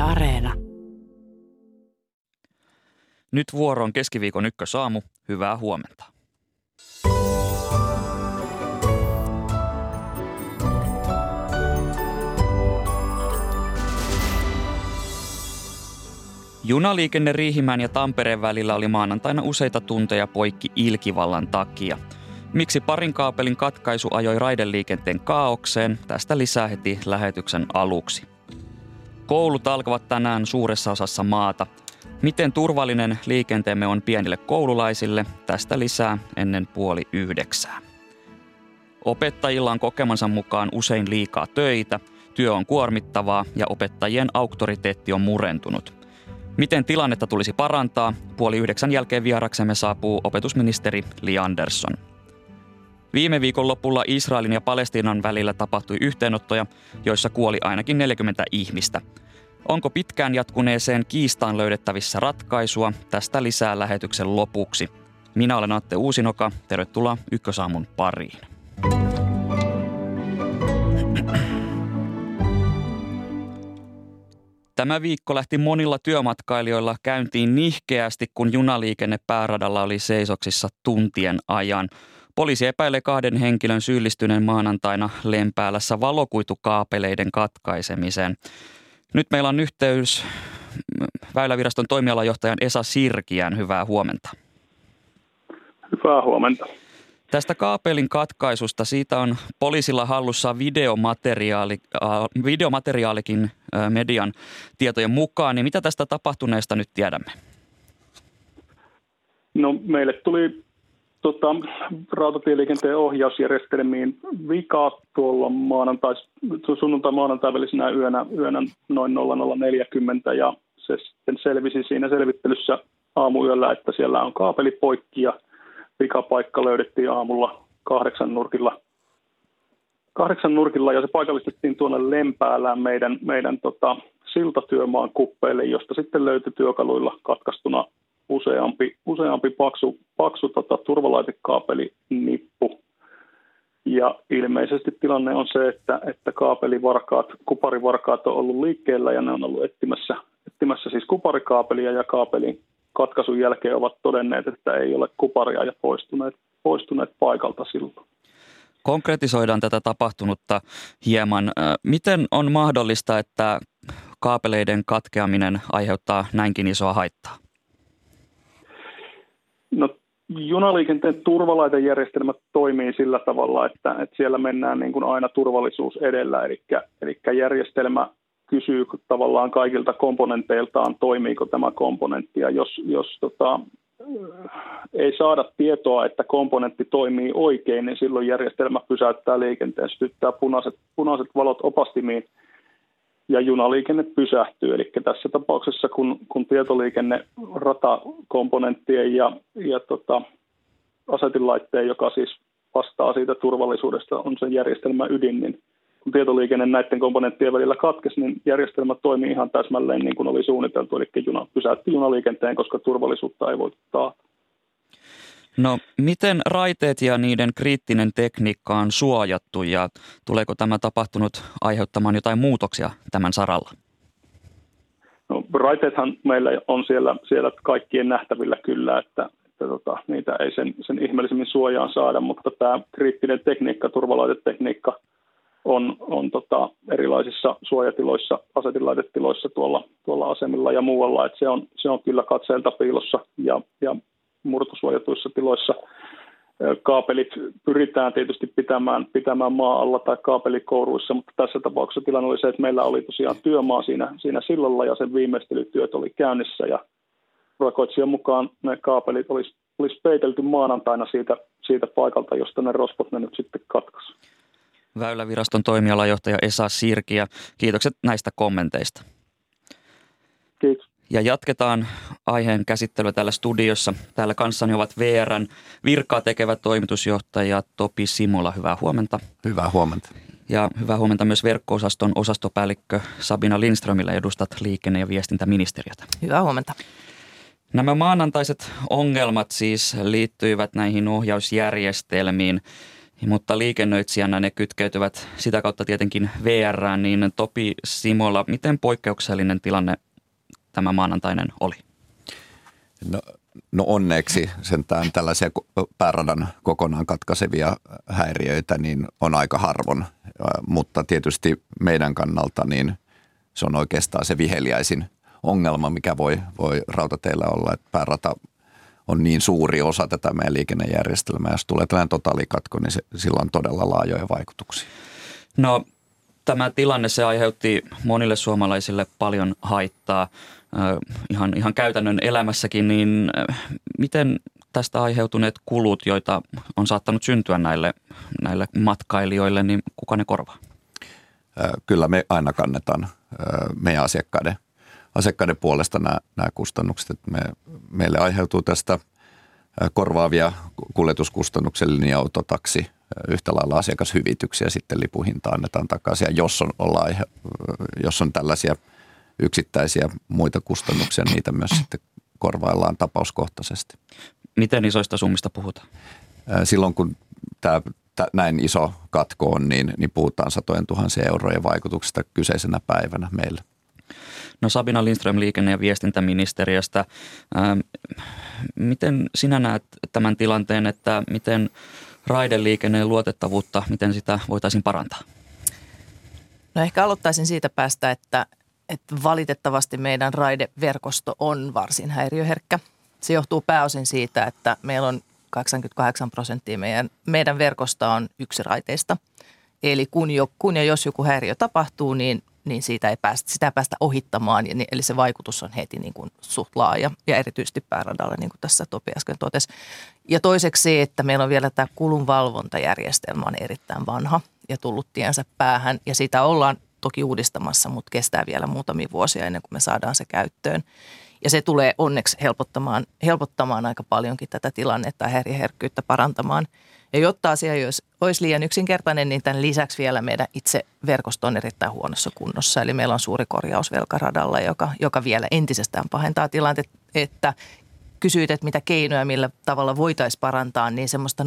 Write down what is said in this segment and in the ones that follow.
Areena. Nyt vuoroon keskiviikon ykkösaamu. Hyvää huomenta. Junaliikenne Riihimäen ja Tampereen välillä oli maanantaina useita tunteja poikki ilkivallan takia. Miksi parin kaapelin katkaisu ajoi raideliikenteen kaaukseen? Tästä lisää heti lähetyksen aluksi. Koulut alkavat tänään suuressa osassa maata. Miten turvallinen liikenteemme on pienille koululaisille? Tästä lisää ennen 8:30. Opettajilla on kokemansa mukaan usein liikaa töitä, työ on kuormittavaa ja opettajien auktoriteetti on murentunut. Miten tilannetta tulisi parantaa? 8:30 jälkeen vieraksemme saapuu opetusministeri Li Andersson. Viime viikon lopulla Israelin ja Palestiinan välillä tapahtui yhteenottoja, joissa kuoli ainakin 40 ihmistä. Onko pitkään jatkuneeseen kiistaan löydettävissä ratkaisua? Tästä lisää lähetyksen lopuksi. Minä olen Atte Uusinoka. Tervetuloa Ykkösaamun pariin. Tämä viikko lähti monilla työmatkailijoilla käyntiin nihkeästi, kun junaliikenne pääradalla oli seisoksissa tuntien ajan. Poliisi epäilee 2 henkilön syyllistyneen maanantaina Lempäälässä valokuitukaapeleiden katkaisemiseen. Nyt meillä on yhteys Väyläviraston toimialajohtajan Esa Sirkiään. Hyvää huomenta. Hyvää huomenta. Tästä kaapelin katkaisusta, siitä on poliisilla hallussa videomateriaalikin median tietojen mukaan. Niin mitä tästä tapahtuneesta nyt tiedämme? No, meille tuli rautatieliikenteen ohjausjärjestelmiin vika tuolla sunnuntai-maanantai välisenä yönä noin 00.40 ja se sitten selvisi siinä selvittelyssä aamuyöllä, että siellä on kaapeli poikki ja vikapaikka löydettiin aamulla 8 nurkilla ja se paikallistettiin tuonne Lempäälään meidän siltatyömaan kuppeille, josta sitten löytyi työkaluilla katkaistuna useampi paksu turvalaitekaapelinippu. Ja ilmeisesti tilanne on se, että kuparivarkaat on ollut liikkeellä ja ne on ollut etsimässä siis kuparikaapelia ja kaapelin katkaisun jälkeen ovat todenneet, että ei ole kuparia ja poistuneet paikalta silloin. Konkretisoidaan tätä tapahtunutta hieman. Miten on mahdollista, että kaapeleiden katkeaminen aiheuttaa näinkin isoa haittaa? No, junaliikenteen turvalaitejärjestelmät toimii sillä tavalla, että siellä mennään niin kuin aina turvallisuus edellä, eli järjestelmä kysyy tavallaan kaikilta komponenteiltaan, toimiiko tämä komponentti, ja jos ei saada tietoa, että komponentti toimii oikein, niin silloin järjestelmä pysäyttää liikenteen, sytyttää punaiset valot opastimiin, ja junaliikenne pysähtyy. Eli tässä tapauksessa, kun tietoliikenne ratakomponenttien ja asetinlaitteen, joka siis vastaa siitä turvallisuudesta, on sen järjestelmän ydin, niin kun tietoliikenne näiden komponenttien välillä katkesi, niin järjestelmä toimii ihan täsmälleen niin kuin oli suunniteltu, eli pysäytti junaliikenteen, koska turvallisuutta ei voi taata. No, miten raiteet ja niiden kriittinen tekniikka on suojattu ja tuleeko tämä tapahtunut aiheuttamaan jotain muutoksia tämän saralla? No, raiteethan meillä on siellä kaikkien nähtävillä kyllä, että niitä ei sen ihmeellisemmin suojaan saada, mutta tämä kriittinen tekniikka, turvalaitekniikka on erilaisissa suojatiloissa, asetinlaitetiloissa tuolla asemilla ja muualla, että se on kyllä katseelta piilossa ja murtosuojatuissa tiloissa. Kaapelit pyritään tietysti pitämään maa alla tai kaapelikouruissa, mutta tässä tapauksessa tilanne oli se, että meillä oli tosiaan työmaa siinä sillalla ja sen viimeistelytyöt oli käynnissä ja urakoitsijan mukaan ne kaapelit olisi peitelty maanantaina siitä paikalta, josta ne rosvot ne nyt sitten katkaisi. Väyläviraston toimialajohtaja Esa Sirkiä. Kiitokset näistä kommenteista. Kiitos. Ja jatketaan aiheen käsittelyä täällä studiossa. Täällä kanssani ovat VR:n virkaa tekevä toimitusjohtaja Topi Simula. Hyvää huomenta. Hyvää huomenta. Ja hyvää huomenta myös verkko-osaston osastopäällikkö Sabina Lindströmillä, edustat liikenne- ja viestintäministeriötä. Hyvää huomenta. Nämä maanantaiset ongelmat siis liittyivät näihin ohjausjärjestelmiin. Mutta liikennöitsijänä ne kytkeytyvät sitä kautta tietenkin VR:ään, niin Topi Simola, miten poikkeuksellinen tilanne tämä maanantainen oli? No onneksi sentään tällaisia pääradan kokonaan katkaisevia häiriöitä niin on aika harvoin, mutta tietysti meidän kannalta niin se on oikeastaan se viheliäisin ongelma, mikä voi rautateillä olla, että päärata on niin suuri osa tätä meidän liikennejärjestelmää. Jos tulee tällainen totaalikatko, niin sillä on todella laajoja vaikutuksia. No tämä tilanne, se aiheutti monille suomalaisille paljon haittaa ihan käytännön elämässäkin, niin miten tästä aiheutuneet kulut, joita on saattanut syntyä näille matkailijoille, niin kuka ne korvaa? Kyllä me aina kannetaan meidän asiakkaiden puolesta nämä kustannukset. Että meille aiheutuu tästä korvaavia kuljetuskustannuksia, linja-auto, taksi, yhtä lailla asiakashyvityksiä, sitten lipuhinta annetaan takaisin. Ja jos on tällaisia yksittäisiä muita kustannuksia, niitä myös sitten korvaillaan tapauskohtaisesti. Miten isoista summista puhutaan? Silloin kun näin iso katko on, niin puhutaan satojen tuhansien eurojen vaikutuksesta kyseisenä päivänä meille. No Sabina Lindström liikenne- ja viestintäministeriöstä. Miten sinä näet tämän tilanteen, että miten raideliikenteen luotettavuutta, miten sitä voitaisiin parantaa? No ehkä aloittaisin siitä päästä, että valitettavasti meidän raideverkosto on varsin häiriöherkkä. Se johtuu pääosin siitä, että meillä on 88% meidän verkosta on yksiraiteista. Eli kun ja jos joku häiriö tapahtuu, niin sitä ei päästä ohittamaan. Eli se vaikutus on heti niin kuin suht laaja ja erityisesti pääradalla, niin kuin tässä Topi äsken totesi. Ja toiseksi se, että meillä on vielä tämä kulunvalvontajärjestelmä on erittäin vanha ja tullut tiensä päähän. Ja sitä ollaan toki uudistamassa, mutta kestää vielä muutamia vuosia ennen kuin me saadaan se käyttöön. Ja se tulee onneksi helpottamaan aika paljonkin tätä tilannetta ja häiriöherkkyyttä parantamaan. Ja jotta asia olisi liian yksinkertainen, niin tämän lisäksi vielä meidän itse verkosto on erittäin huonossa kunnossa. Eli meillä on suuri korjausvelka radalla, joka vielä entisestään pahentaa tilanteet, että kysyit, että mitä keinoja, millä tavalla voitaisiin parantaa, niin semmoista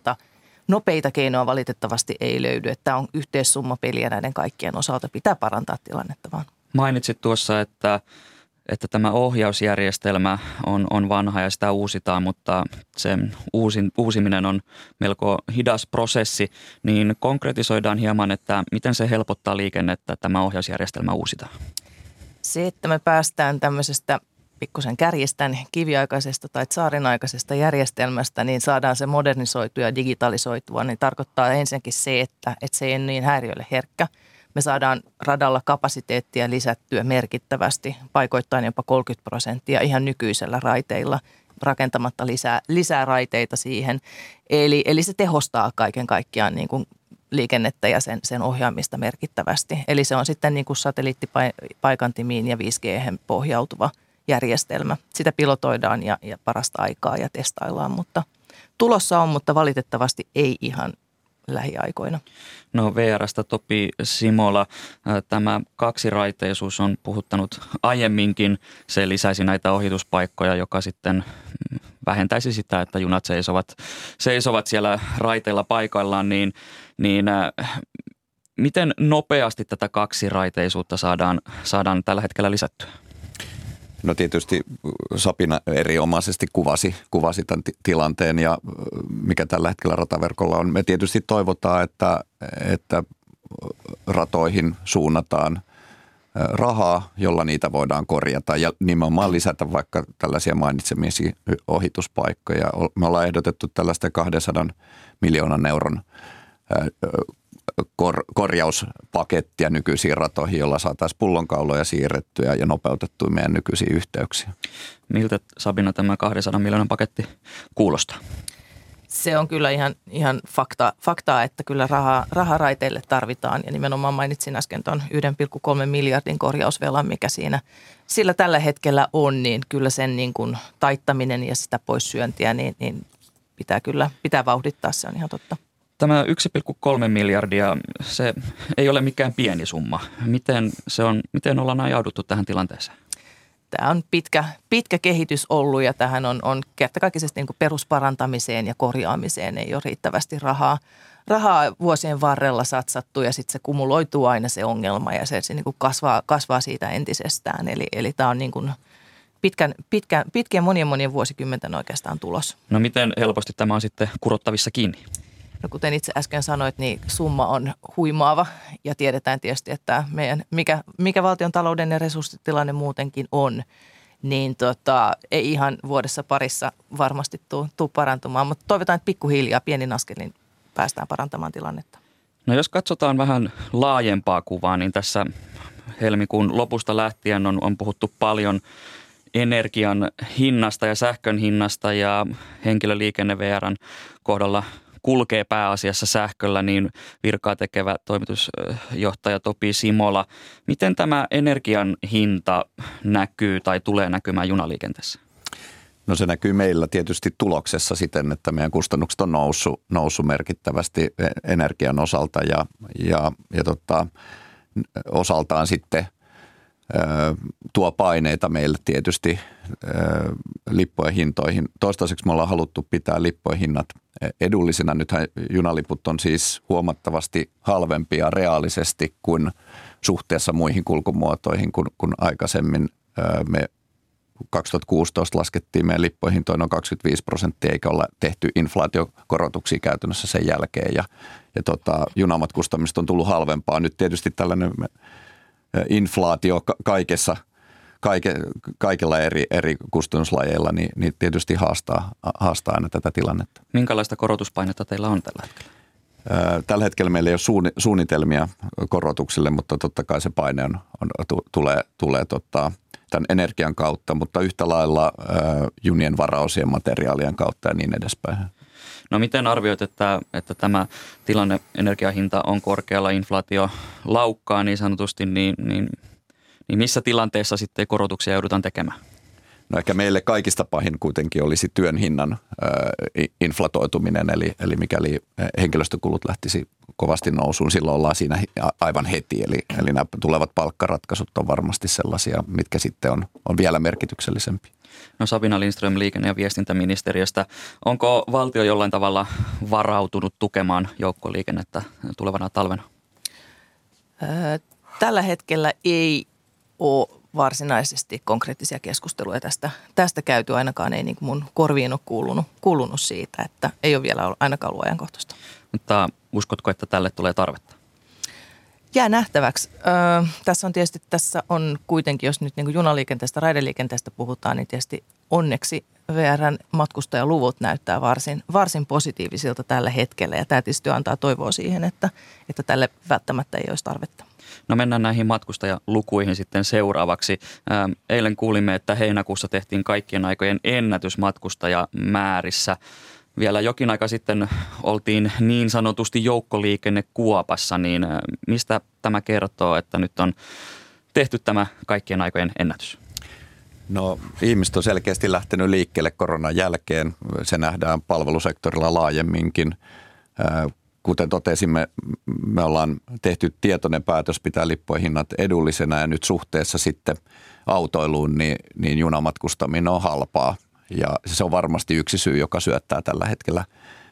nopeita keinoja valitettavasti ei löydy. Että tämä on yhteissummapeliä näiden kaikkien osalta. Pitää parantaa tilannetta vaan. Mainitsit tuossa, että tämä ohjausjärjestelmä on vanha ja sitä uusitaan, mutta sen uusiminen on melko hidas prosessi. Niin konkretisoidaan hieman, että miten se helpottaa liikennettä, tämä ohjausjärjestelmä uusitaan? Se, että me päästään tämmöisestä pikkusen kärjestän kiviaikaisesta tai tsaarin-aikaisesta järjestelmästä, niin saadaan se modernisoitua ja digitalisoitua, niin tarkoittaa ensinnäkin se, että se ei ole niin häiriölle herkkä. Me saadaan radalla kapasiteettia lisättyä merkittävästi, paikoittain jopa 30% ihan nykyisellä raiteilla, rakentamatta lisää raiteita siihen. Eli se tehostaa kaiken kaikkiaan niin kuin liikennettä ja sen ohjaamista merkittävästi. Eli se on sitten niin kuin satelliittipaikantimiin ja 5G:hen pohjautuva järjestelmä. Sitä pilotoidaan ja parasta aikaa ja testaillaan, mutta tulossa on, mutta valitettavasti ei ihan lähiaikoina. No VR:stä Topi Simola, tämä kaksiraiteisuus on puhuttanut aiemminkin. Se lisäisi näitä ohituspaikkoja, joka sitten vähentäisi sitä, että junat seisovat siellä raiteilla paikoillaan. Niin miten nopeasti tätä kaksiraiteisuutta saadaan tällä hetkellä lisättyä? No tietysti Sabina erinomaisesti kuvasi tämän tilanteen ja mikä tällä hetkellä rataverkolla on. Me tietysti toivotaan, että ratoihin suunnataan rahaa, jolla niitä voidaan korjata ja nimenomaan lisätä vaikka tällaisia mainitsemisia ohituspaikkoja. Me ollaan ehdotettu tällaista 200 miljoonan euron korjauspakettia nykyisiin ratoihin, jolla saataisiin pullonkauloja siirrettyä ja nopeutettua meidän nykyisiä yhteyksiä. Miltä, Sabina, tämä 200 miljoonan paketti kuulostaa? Se on kyllä ihan faktaa, että kyllä rahaa raiteille tarvitaan ja nimenomaan mainitsin äsken tuon 1,3 miljardin korjausvelan, mikä sillä tällä hetkellä on, niin kyllä sen niin kuin taittaminen ja sitä poissyöntiä, niin pitää vauhdittaa, se on ihan totta. Tämä 1,3 miljardia, se ei ole mikään pieni summa. Miten ollaan ajauduttu tähän tilanteeseen? Tämä on pitkä kehitys ollut ja tähän on kertakaikkisesti niin kuin perusparantamiseen ja korjaamiseen ei ole riittävästi rahaa vuosien varrella satsattu ja sitten se kumuloituu aina se ongelma ja se niin kuin kasvaa siitä entisestään. Eli tämä on niin kuin pitkän monien vuosikymmenten oikeastaan tulos. No miten helposti tämä on sitten kurottavissa kiinni? No kuten itse äsken sanoit, niin summa on huimaava ja tiedetään tietysti, että mikä valtion talouden ja resurssitilanne muutenkin on, niin ei ihan vuodessa parissa varmasti tule parantumaan, mutta toivotaan, että pikkuhiljaa pienin askelin päästään parantamaan tilannetta. No jos katsotaan vähän laajempaa kuvaa, niin tässä helmikuun lopusta lähtien on puhuttu paljon energian hinnasta ja sähkön hinnasta ja henkilöliikenne VR:n kohdalla kulkee pääasiassa sähköllä, niin virkaa tekevä toimitusjohtaja Topi Simola. Miten tämä energian hinta näkyy tai tulee näkymään junaliikenteessä? No se näkyy meillä tietysti tuloksessa siten, että meidän kustannukset on noussut merkittävästi energian osalta ja osaltaan sitten tuo paineita meille tietysti lippujen hintoihin. Toistaiseksi me ollaan haluttu pitää lippujen hinnat edullisena. Nythän junaliput on siis huomattavasti halvempia reaalisesti kuin suhteessa muihin kulkumuotoihin, kun aikaisemmin me 2016 laskettiin meidän lippujen hintoja noin 25%, eikä olla tehty inflaatiokorotuksia käytännössä sen jälkeen. Ja junamatkustamista on tullut halvempaa. Nyt tietysti tällainen inflaatio kaikilla eri kustannuslajeilla niin tietysti haastaa aina tätä tilannetta. Minkälaista korotuspainetta teillä on tällä hetkellä? Tällä hetkellä meillä ei ole suunnitelmia korotuksille, mutta totta kai se paine tulee tämän energian kautta, mutta yhtä lailla junien varaosien materiaalien kautta ja niin edespäin. No miten arvioit, että tämä tilanne, energiahinta on korkealla, inflaatio laukkaa niin sanotusti, niin missä tilanteessa sitten korotuksia joudutaan tekemään? No ehkä meille kaikista pahin kuitenkin olisi työn hinnan inflatoituminen, eli mikäli henkilöstökulut lähtisi kovasti nousuun, silloin ollaan siinä aivan heti. Eli nämä tulevat palkkaratkaisut on varmasti sellaisia, mitkä sitten on vielä merkityksellisempiä. No Sabina Lindström liikenne- ja viestintäministeriöstä. Onko valtio jollain tavalla varautunut tukemaan joukkoliikennettä tulevana talvena? Tällä hetkellä ei ole varsinaisesti konkreettisia keskusteluja tästä käyty. Ainakaan ei niin kuin mun korviin ole kuulunut siitä, että ei ole vielä ainakaan ollut ajankohtaista. Mutta uskotko, että tälle tulee tarvetta? Jää nähtäväksi. Tässä on kuitenkin, jos nyt niin kuin junaliikenteestä, raideliikenteestä puhutaan, niin tietysti onneksi VR:n matkustajaluvut näyttää varsin positiivisilta tällä hetkellä. Ja tämä tietysti antaa toivoa siihen, että tälle välttämättä ei olisi tarvetta. No mennään näihin matkustajalukuihin sitten seuraavaksi. Eilen kuulimme, että heinäkuussa tehtiin kaikkien aikojen ennätys matkustajamäärissä. Vielä jokin aika sitten oltiin niin sanotusti joukkoliikennekuopassa, niin mistä tämä kertoo, että nyt on tehty tämä kaikkien aikojen ennätys? No ihmiset on selkeästi lähtenyt liikkeelle koronan jälkeen. Se nähdään palvelusektorilla laajemminkin. Kuten totesimme, me ollaan tehty tietoinen päätös pitää lippujen hinnat edullisena ja nyt suhteessa sitten autoiluun, niin junamatkustaminen on halpaa. Ja se on varmasti yksi syy, joka syöttää tällä hetkellä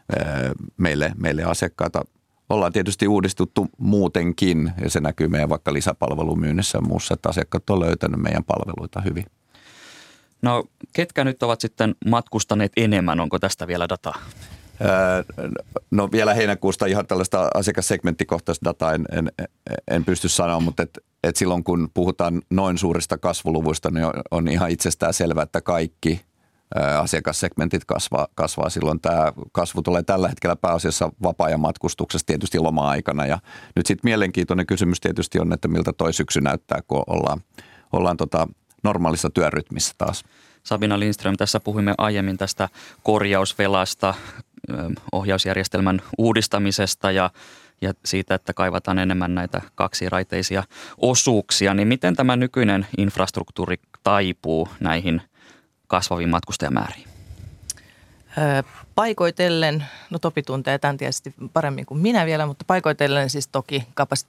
meille asiakkaita. Ollaan tietysti uudistuttu muutenkin ja se näkyy meidän vaikka lisäpalvelumyynnissä ja muussa, että asiakkaat on löytänyt meidän palveluita hyvin. No ketkä nyt ovat sitten matkustaneet enemmän? Onko tästä vielä dataa? No vielä heinäkuusta ihan tällaista asiakassegmenttikohtaista dataa en pysty sanoa, mutta et silloin kun puhutaan noin suurista kasvuluvuista, niin on ihan itsestään selvää, että kaikki asiakassegmentit kasvaa silloin. Tämä kasvu tulee tällä hetkellä pääasiassa vapaa-ajan matkustuksessa tietysti loma-aikana ja nyt sitten mielenkiintoinen kysymys tietysti on, että miltä toi syksy näyttää, kun ollaan normaalissa työrytmissä taas. Sabina Lindström, tässä puhuimme aiemmin tästä korjausvelasta, ohjausjärjestelmän uudistamisesta ja siitä, että kaivataan enemmän näitä kaksiraiteisia osuuksia. Niin miten tämä nykyinen infrastruktuuri taipuu näihin kasvaviin matkustajamääriin? Paikoitellen, no Topi tuntee tämän tietysti paremmin kuin minä vielä, mutta paikoitellen siis toki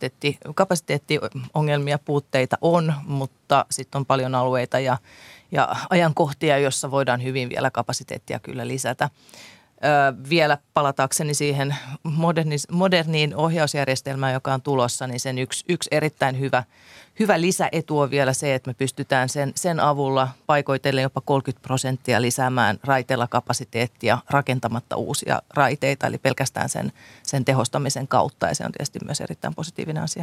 kapasiteettiongelmia, puutteita on, mutta sitten on paljon alueita ja ajankohtia, joissa voidaan hyvin vielä kapasiteettia kyllä lisätä. Vielä palatakseni siihen moderniin ohjausjärjestelmään, joka on tulossa, niin sen yksi erittäin hyvä lisäetu on vielä se, että me pystytään sen avulla paikoitellen jopa 30% lisäämään raiteilla kapasiteettia rakentamatta uusia raiteita, eli pelkästään sen tehostamisen kautta, ja se on tietysti myös erittäin positiivinen asia.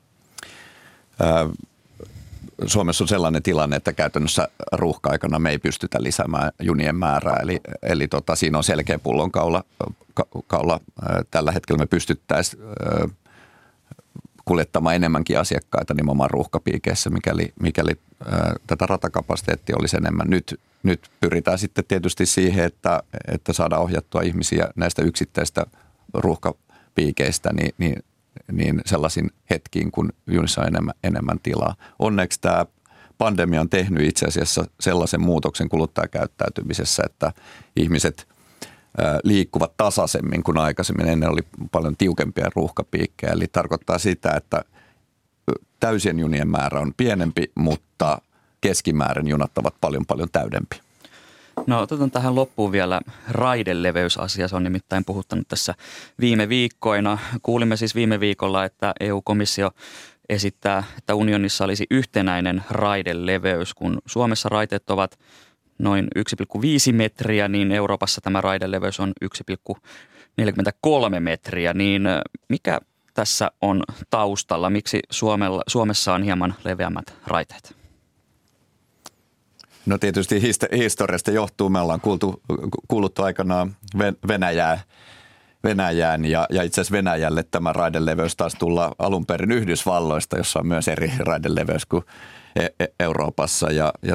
Suomessa on sellainen tilanne, että käytännössä ruuhka-aikana me ei pystytä lisäämään junien määrää, eli siinä on selkeä pullonkaula. Tällä hetkellä me pystyttäisiin kuljettamaan enemmänkin asiakkaita nimenomaan ruuhkapiikeissä, mikäli tätä ratakapasiteettia olisi enemmän. Nyt pyritään sitten tietysti siihen, että saadaan ohjattua ihmisiä näistä yksittäistä ruuhkapiikeistä, niin sellaisin hetkiin, kun junissa on enemmän tilaa. Onneksi tämä pandemia on tehnyt itse asiassa sellaisen muutoksen kuluttajakäyttäytymisessä, että ihmiset liikkuvat tasaisemmin kuin aikaisemmin. Ennen oli paljon tiukempia ruuhkapiikkejä, eli tarkoittaa sitä, että täysien junien määrä on pienempi, mutta keskimäärin junat ovat paljon täydempi. No otetaan tähän loppuun vielä raideleveysasiaa. Se on nimittäin puhuttanut tässä viime viikkoina. Kuulimme siis viime viikolla, että EU-komissio esittää, että unionissa olisi yhtenäinen raideleveys. Kun Suomessa raiteet ovat noin 1,5 metriä, niin Euroopassa tämä raideleveys on 1,43 metriä. Niin mikä tässä on taustalla? Miksi Suomessa on hieman leveämmät raiteet? No tietysti historiasta johtuu. Me ollaan kuuluttu aikanaan Venäjään ja itse asiassa Venäjälle tämä raideleveys taas tulla alun perin Yhdysvalloista, jossa on myös eri raideleveys kuin Euroopassa.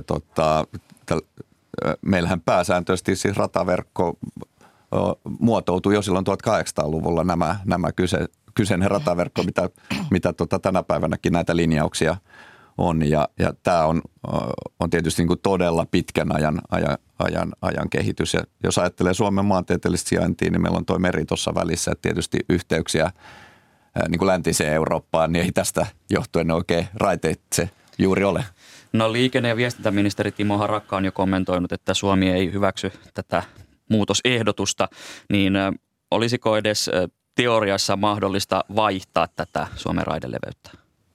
Meillähän pääsääntöisesti siis rataverkko muotoutui jo silloin 1800-luvulla nämä kyseinen rataverkko, mitä tänä päivänäkin näitä linjauksia on, ja tämä on tietysti niin kuin todella pitkän ajan kehitys. Ja jos ajattelee Suomen maantieteellistä sijaintia, niin meillä on tuo meri tuossa välissä, että tietysti yhteyksiä niin kuin läntiseen Eurooppaan, niin ei tästä johtuen oikein raiteitse juuri ole. No liikenne- ja viestintäministeri Timo Harakka on jo kommentoinut, että Suomi ei hyväksy tätä muutosehdotusta, niin olisiko edes teoriassa mahdollista vaihtaa tätä Suomen raideleveyttä?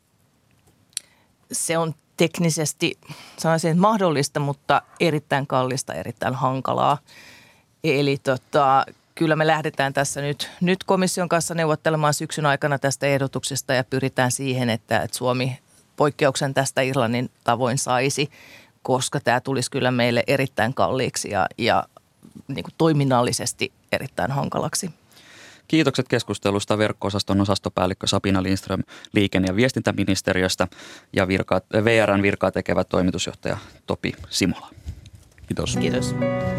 Se on teknisesti, sanoisin, että mahdollista, mutta erittäin kallista, erittäin hankalaa. Eli kyllä me lähdetään tässä nyt komission kanssa neuvottelemaan syksyn aikana tästä ehdotuksesta ja pyritään siihen, että Suomi poikkeuksen tästä Irlannin tavoin saisi, koska tämä tulisi kyllä meille erittäin kalliiksi ja niin kuin toiminnallisesti erittäin hankalaksi. Kiitokset keskustelusta verkko-osaston osastopäällikkö Sabina Lindström liikenne- ja viestintäministeriöstä ja VR:n virkaa tekevä toimitusjohtaja Topi Simola. Kiitos. Kiitos.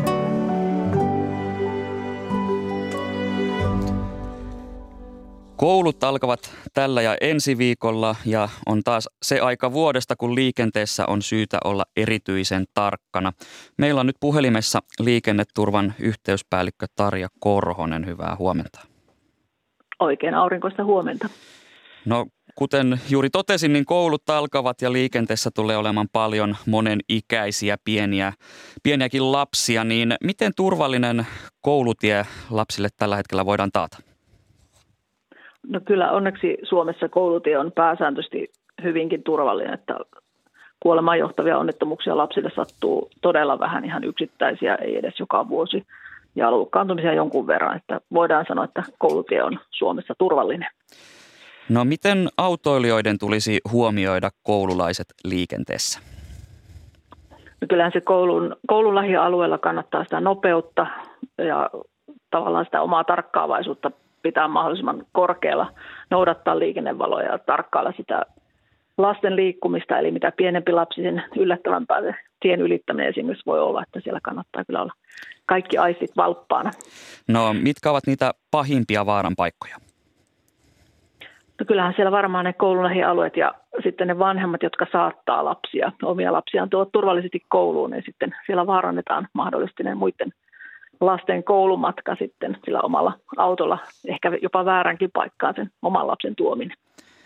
Koulut alkavat tällä ja ensi viikolla ja on taas se aika vuodesta, kun liikenteessä on syytä olla erityisen tarkkana. Meillä on nyt puhelimessa liikenneturvan yhteyspäällikkö Tarja Korhonen. Hyvää huomenta. Oikein aurinkoista huomenta. No kuten juuri totesin, niin koulut alkavat ja liikenteessä tulee olemaan paljon monenikäisiä pieniäkin lapsia. Niin miten turvallinen koulutie lapsille tällä hetkellä voidaan taata? No kyllä onneksi Suomessa koulutie on pääsääntöisesti hyvinkin turvallinen, että kuolemaan johtavia onnettomuuksia lapsille sattuu todella vähän, ihan yksittäisiä, ei edes joka vuosi, ja loukkaantumisia jonkun verran, että voidaan sanoa, että koulutie on Suomessa turvallinen. No miten autoilijoiden tulisi huomioida koululaiset liikenteessä? No kyllähän se koulun lähialueella kannattaa sitä nopeutta ja tavallaan sitä omaa tarkkaavaisuutta pitää mahdollisimman korkealla, noudattaa liikennevaloja ja tarkkailla sitä lasten liikkumista, eli mitä pienempi lapsi, sen yllättävämpää se tien ylittäminen esimerkiksi voi olla, että siellä kannattaa kyllä olla kaikki aistit valppaana. No mitkä ovat niitä pahimpia vaaran paikkoja? No kyllähän siellä varmaan ne koulun lähialueet ja sitten ne vanhemmat, jotka saattaa omia lapsiaan tuoda turvallisesti kouluun, niin sitten siellä vaarannetaan mahdollisesti ne muiden lasten koulumatka sitten sillä omalla autolla, ehkä jopa vääränkin paikkaan sen oman lapsen tuominen.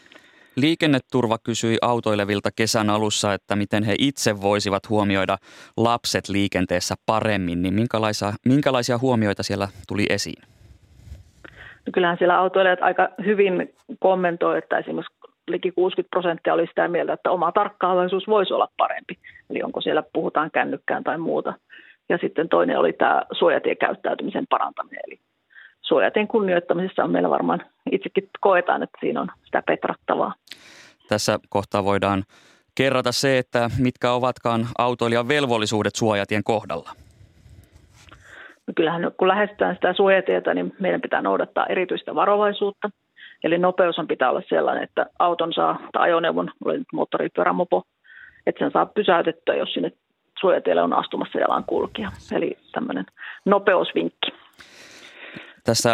Liikenneturva kysyi autoilevilta kesän alussa, että miten he itse voisivat huomioida lapset liikenteessä paremmin, niin minkälaisia huomioita siellä tuli esiin? No kyllähän siellä autoilijat aika hyvin kommentoi, että esimerkiksi liki 60% oli sitä mieltä, että oma tarkkaavaisuus voisi olla parempi. Eli onko siellä puhutaan kännykkään tai muuta. Ja sitten toinen oli tämä suojatiekäyttäytymisen parantaminen. Eli suojatien kunnioittamisessa on meillä varmaan itsekin koetaan, että siinä on sitä petrattavaa. Tässä kohtaa voidaan kerrata se, että mitkä ovatkaan autoilijan velvollisuudet suojatien kohdalla. No kyllähän kun lähestytään sitä suojatietä, niin meidän pitää noudattaa erityistä varovaisuutta. Eli nopeus on pitää olla sellainen, että auton saa, tai ajoneuvon, oli nyt moottoripyörä, mopo, että sen saa pysäytettyä, jos sinne suojatielle on astumassa jalankulkija. Eli tämmöinen nopeusvinkki. Tässä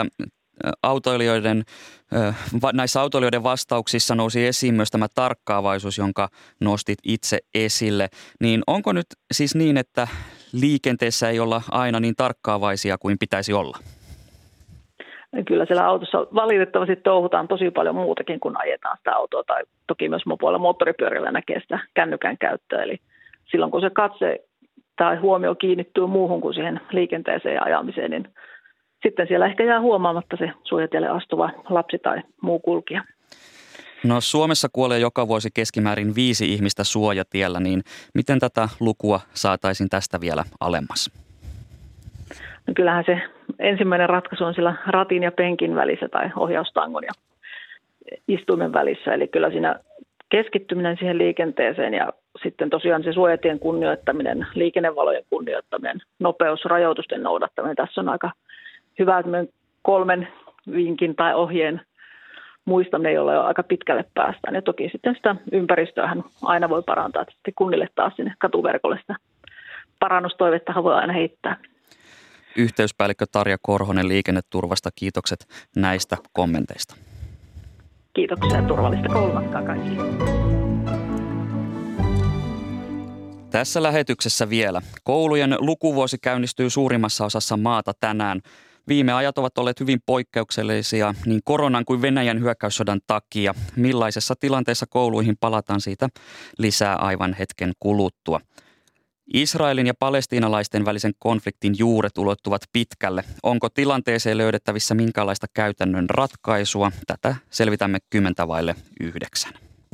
näissä autoilijoiden vastauksissa nousi esiin myös tämä tarkkaavaisuus, jonka nostit itse esille. Niin onko nyt siis niin, että liikenteessä ei olla aina niin tarkkaavaisia kuin pitäisi olla? Kyllä siellä autossa valitettavasti touhutaan tosi paljon muutakin, kun ajetaan sitä autoa, tai toki myös mopoilla moottoripyörillä näkee sitä kännykän käyttöä. Eli silloin kun se katse tai huomio kiinnittyy muuhun kuin siihen liikenteeseen ja ajamiseen, niin sitten siellä ehkä jää huomaamatta se suojatielle astuva lapsi tai muu kulkija. No Suomessa kuolee joka vuosi keskimäärin 5 ihmistä suojatiellä, niin miten tätä lukua saataisiin tästä vielä alemmas? No kyllähän se ensimmäinen ratkaisu on sillä ratin ja penkin välissä tai ohjaustangon ja istuimen välissä. Eli kyllä siinä keskittyminen siihen liikenteeseen ja sitten tosiaan se suojatien kunnioittaminen, liikennevalojen kunnioittaminen, nopeusrajoitusten noudattaminen. Tässä on aika hyvä 3 vinkin tai ohjeen muistaminen, jolla jo aika pitkälle päästään. Ja toki sitten sitä ympäristöähän aina voi parantaa. Sitten kunnille taas sinne katuverkolle sitä parannustoivettahan voi aina heittää. Yhteyspäällikkö Tarja Korhonen Liikenneturvasta, kiitokset näistä kommenteista. Kiitoksia ja turvallista koulumatkaa kaikille. Tässä lähetyksessä vielä. Koulujen lukuvuosi käynnistyy suurimmassa osassa maata tänään. Viime ajat ovat olleet hyvin poikkeuksellisia niin koronan kuin Venäjän hyökkäyssodan takia. Millaisessa tilanteessa kouluihin palataan siitä lisää aivan hetken kuluttua. Israelin ja palestiinalaisten välisen konfliktin juuret ulottuvat pitkälle. Onko tilanteeseen löydettävissä minkälaista käytännön ratkaisua? Tätä selvitämme 8:10.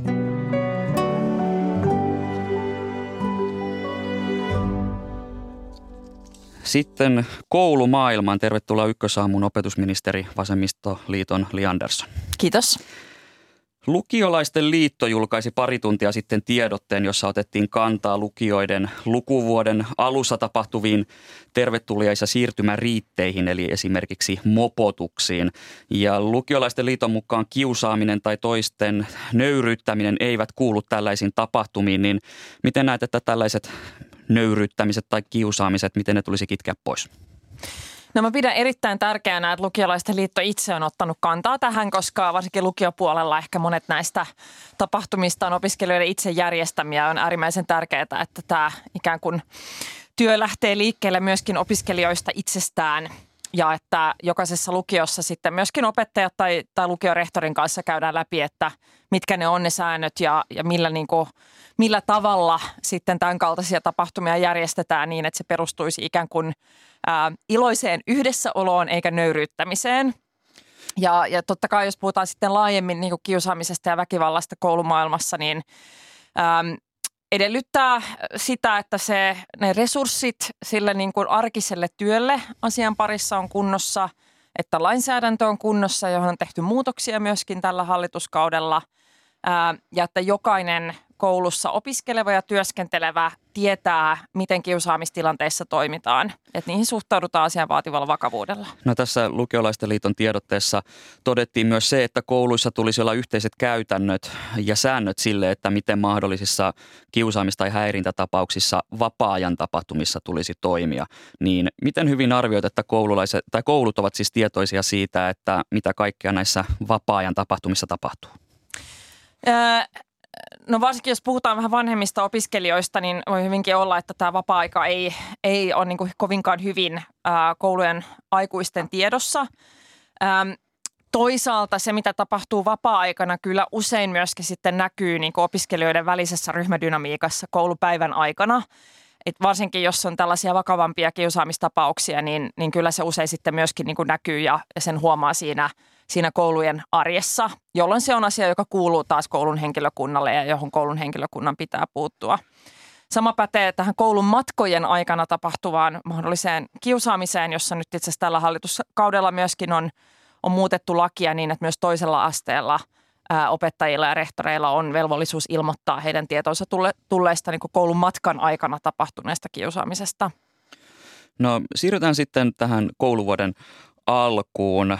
Sitten koulumaailmaan. Tervetuloa Ykkösaamun opetusministeri Vasemmistoliiton Li Andersson. Kiitos. Lukiolaisten liitto julkaisi pari tuntia sitten tiedotteen, jossa otettiin kantaa lukioiden lukuvuoden alussa tapahtuviin tervetuliais- ja siirtymäriitteihin, eli esimerkiksi mopotuksiin. Ja lukiolaisten liiton mukaan kiusaaminen tai toisten nöyryyttäminen eivät kuulu tällaisiin tapahtumiin, niin miten näet, että tällaiset nöyryyttämiset tai kiusaamiset, miten ne tulisi kitkeä pois? No mä pidän erittäin tärkeänä, että lukiolaisten liitto itse on ottanut kantaa tähän, koska varsinkin lukiopuolella ehkä monet näistä tapahtumista on opiskelijoiden itse järjestämiä. On äärimmäisen tärkeää, että tämä ikään kuin työ lähtee liikkeelle myöskin opiskelijoista itsestään ja että jokaisessa lukiossa sitten myöskin opettajat tai lukiorehtorin kanssa käydään läpi, että mitkä ne on ne säännöt ja millä tavalla sitten tämän kaltaisia tapahtumia järjestetään niin, että se perustuisi ikään kuin iloiseen yhdessäoloon eikä nöyryyttämiseen. Ja totta kai, jos puhutaan sitten laajemmin niin kuin kiusaamisesta ja väkivallasta koulumaailmassa, niin edellyttää sitä, että ne resurssit sille niin kuin arkiselle työlle asian parissa on kunnossa, että lainsäädäntö on kunnossa, johon on tehty muutoksia myöskin tällä hallituskaudella, ja että jokainen koulussa opiskeleva ja työskentelevä tietää, miten kiusaamistilanteissa toimitaan. Että niihin suhtaudutaan asian vaativalla vakavuudella. No tässä Lukiolaisten liiton tiedotteessa todettiin myös se, että kouluissa tulisi olla yhteiset käytännöt ja säännöt sille, että miten mahdollisissa kiusaamis- tai häirintätapauksissa vapaa-ajan tapahtumissa tulisi toimia. Niin miten hyvin arvioit, että koulut ovat siis tietoisia siitä, että mitä kaikkea näissä vapaa-ajan tapahtumissa tapahtuu? No varsinkin jos puhutaan vähän vanhemmista opiskelijoista, niin voi hyvinkin olla, että tämä vapaa-aika ei ole niin kuin kovinkaan hyvin koulujen aikuisten tiedossa. toisaalta se, mitä tapahtuu vapaa-aikana, kyllä usein myöskin sitten näkyy niin kuin opiskelijoiden välisessä ryhmädynamiikassa koulupäivän aikana. Et varsinkin jos on tällaisia vakavampia kiusaamistapauksia, niin kyllä se usein sitten myöskin niin kuin näkyy ja sen huomaa siinä koulujen arjessa, jolloin se on asia, joka kuuluu taas koulun henkilökunnalle ja johon koulun henkilökunnan pitää puuttua. Sama pätee tähän koulun matkojen aikana tapahtuvaan mahdolliseen kiusaamiseen, jossa nyt itse asiassa tällä hallituskaudella myöskin on muutettu lakia niin, että myös toisella asteella opettajilla ja rehtoreilla on velvollisuus ilmoittaa heidän tietoonsa tulleista niin kuin koulun matkan aikana tapahtuneesta kiusaamisesta. No siirrytään sitten tähän kouluvuoden alkuun.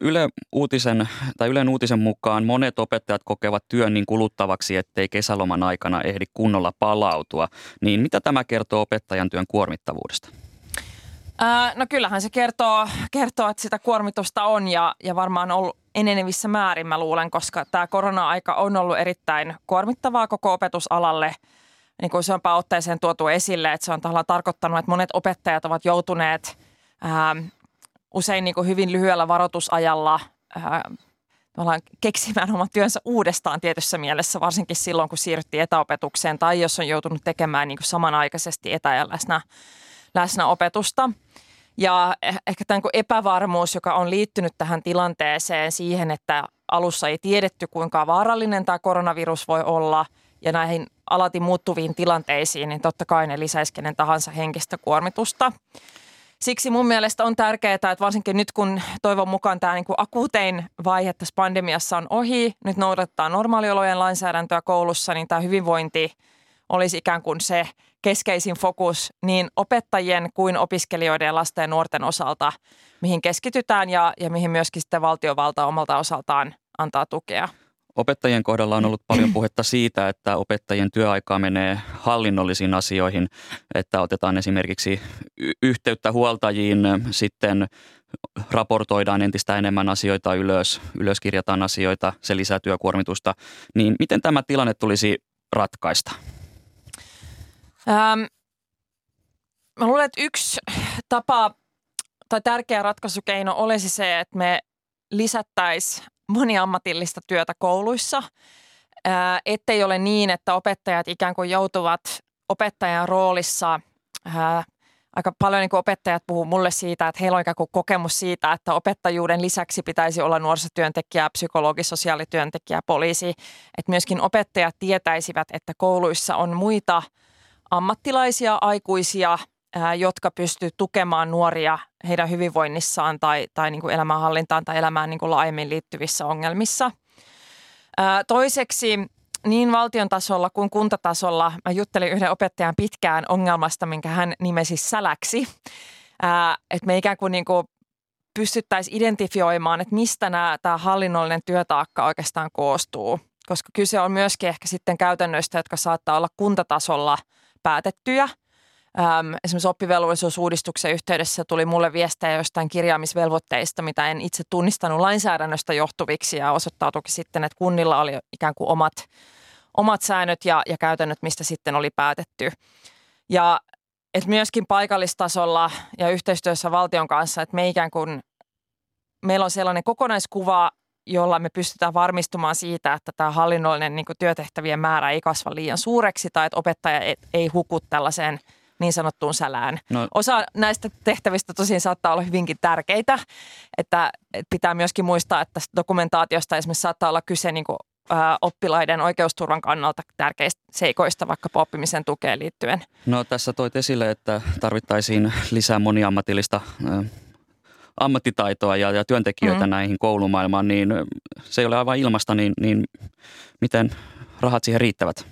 Ylen uutisen mukaan monet opettajat kokevat työn niin kuluttavaksi, ettei kesäloman aikana ehdi kunnolla palautua. Niin mitä tämä kertoo opettajan työn kuormittavuudesta? No kyllähän se kertoo, että sitä kuormitusta on ja varmaan ollut enenevissä määrin, mä luulen, koska tämä korona-aika on ollut erittäin kuormittavaa koko opetusalalle. Niin kuin se on otteeseen tuotu esille, että se on tarkoittanut, että monet opettajat ovat joutuneet usein niin kuin hyvin lyhyellä varoitusajalla keksimään oman työnsä uudestaan tietyssä mielessä, varsinkin silloin, kun siirryttiin etäopetukseen tai jos on joutunut tekemään niin kuin samanaikaisesti etä- ja läsnäopetusta. Ja ehkä tämä epävarmuus, joka on liittynyt tähän tilanteeseen siihen, että alussa ei tiedetty, kuinka vaarallinen tämä koronavirus voi olla ja näihin alati muuttuviin tilanteisiin, niin totta kai ne lisäisi kenen tahansa henkistä kuormitusta. Siksi mun mielestä on tärkeää, että varsinkin nyt kun toivon mukaan tämä niin kuin akuutein vaihe tässä pandemiassa on ohi, nyt noudattaa normaaliolojen lainsäädäntöä koulussa, niin tämä hyvinvointi olisi ikään kuin se keskeisin fokus niin opettajien kuin opiskelijoiden ja lasten ja nuorten osalta, mihin keskitytään ja mihin myöskin sitten valtiovalta omalta osaltaan antaa tukea. Opettajien kohdalla on ollut paljon puhetta siitä, että opettajien työaikaa menee hallinnollisiin asioihin, että otetaan esimerkiksi yhteyttä huoltajiin, sitten raportoidaan entistä enemmän asioita ylös kirjataan asioita, se lisää työkuormitusta. Niin miten tämä tilanne tulisi ratkaista? Mä luulen, että yksi tapa tai tärkeä ratkaisukeino olisi se, että me lisättäisiin moniammatillista työtä kouluissa, ettei ole niin, että opettajat ikään kuin joutuvat opettajan roolissa. Aika paljon niin kuin opettajat puhuu mulle siitä, että heillä on ikään kuin kokemus siitä, että opettajuuden lisäksi pitäisi olla nuorisotyöntekijä, psykologi, sosiaalityöntekijä, poliisi. Että myöskin opettajat tietäisivät, että kouluissa on muita ammattilaisia, aikuisia, jotka pystyvät tukemaan nuoria heidän hyvinvoinnissaan tai niin kuin elämänhallintaan tai elämään niin kuin laajemmin liittyvissä ongelmissa. Toiseksi niin valtion tasolla kuin kuntatasolla mä juttelin yhden opettajan pitkään ongelmasta, minkä hän nimesi säläksi. Että me ikään kuin pystyttäisiin identifioimaan, että mistä tämä hallinnollinen työtaakka oikeastaan koostuu. Koska kyse on myöskin ehkä sitten käytännöistä, jotka saattaa olla kuntatasolla päätettyjä. Esimerkiksi oppivelvollisuusuudistuksen yhteydessä tuli mulle viestejä jostain kirjaamisvelvoitteista, mitä en itse tunnistanut lainsäädännöstä johtuviksi ja osoittautuikin sitten, että kunnilla oli ikään kuin omat säännöt ja käytännöt, mistä sitten oli päätetty. Ja että myöskin paikallistasolla ja yhteistyössä valtion kanssa, että meillä on sellainen kokonaiskuva, jolla me pystytään varmistumaan siitä, että tämä hallinnollinen niin kuin työtehtävien määrä ei kasva liian suureksi tai että opettaja ei huku tällaiseen niin sanottuun sälään. No. Osa näistä tehtävistä tosin saattaa olla hyvinkin tärkeitä, että pitää myöskin muistaa, että dokumentaatiosta esimerkiksi saattaa olla kyse niin kuin, oppilaiden oikeusturvan kannalta tärkeistä seikoista, vaikkapa oppimisen tukeen liittyen. No tässä toit esille, että tarvittaisiin lisää moniammatillista ammattitaitoa ja työntekijöitä näihin koulumaailmaan, niin se ei ole aivan ilmasta, niin miten rahat siihen riittävät?